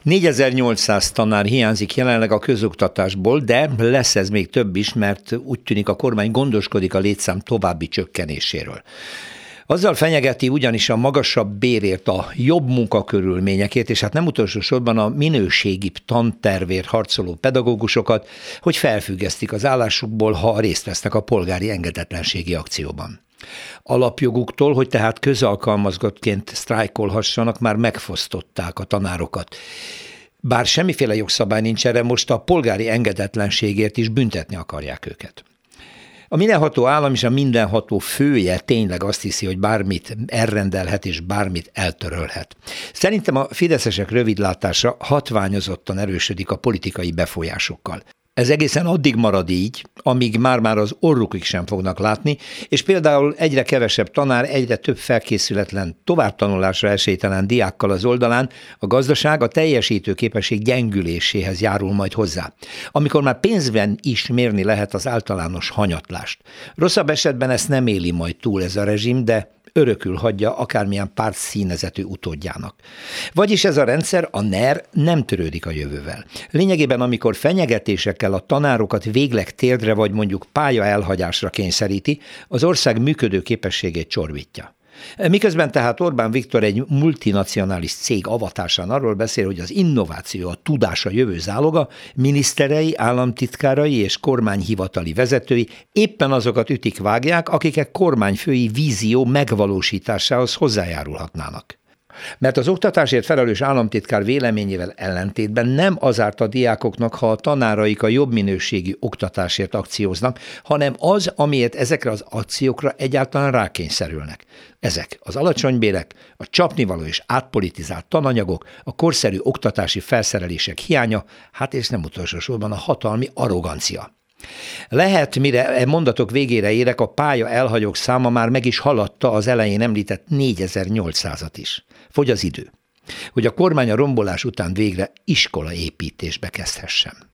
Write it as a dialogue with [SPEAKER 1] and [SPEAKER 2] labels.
[SPEAKER 1] 4800 tanár hiányzik jelenleg a közoktatásból, de lesz ez még több is, mert úgy tűnik a kormány gondoskodik a létszám további csökkenéséről. Azzal fenyegeti ugyanis a magasabb bérért, a jobb munkakörülményekért, és hát nem utolsó sorban a minőségibb tantervért harcoló pedagógusokat, hogy felfüggesztik az állásukból, ha részt vesznek a polgári engedetlenségi akcióban. Alapjoguktól, hogy tehát közalkalmazottként sztrájkolhassanak, már megfosztották a tanárokat. Bár semmiféle jogszabály nincs erre, most a polgári engedetlenségért is büntetni akarják őket. A mindenható állam és a mindenható fője tényleg azt hiszi, hogy bármit elrendelhet és bármit eltörölhet. Szerintem a fideszesek rövidlátása hatványozottan erősödik a politikai befolyásokkal. Ez egészen addig marad így, amíg már az orrukig sem fognak látni, és például egyre kevesebb tanár, egyre több felkészületlen, továbbtanulásra esélytelen diákkal az oldalán a gazdaság a teljesítő képesség gyengüléséhez járul majd hozzá, amikor már pénzben is mérni lehet az általános hanyatlást. Rosszabb esetben ezt nem éli majd túl ez a rezsim, de örökül hagyja akármilyen párt színezetű utódjának. Vagyis ez a rendszer, a NER nem törődik a jövővel. Lényegében, amikor fenyegetésekkel a tanárokat végleg térdre vagy mondjuk pálya elhagyásra kényszeríti, az ország működő képességét csorbítja. Miközben tehát Orbán Viktor egy multinacionális cég avatásán arról beszél, hogy az innováció, a tudás a jövő záloga, miniszterei, államtitkárai és kormányhivatali vezetői éppen azokat ütik-vágják, akik a kormányfői vízió megvalósításához hozzájárulhatnának. Mert az oktatásért felelős államtitkár véleményével ellentétben nem az árt a diákoknak, ha a tanáraik a jobb minőségű oktatásért akcióznak, hanem az, amiért ezekre az akciókra egyáltalán rákényszerülnek. Ezek az alacsony bérek, a csapnivaló és átpolitizált tananyagok, a korszerű oktatási felszerelések hiánya, hát és nem utolsó sorban a hatalmi arrogancia. Lehet, mire mondatok végére érek, a pálya elhagyók száma már meg is haladta az elején említett 4800-at is. Fogy az idő, hogy a kormány a rombolás után végre iskolaépítésbe kezdhessen.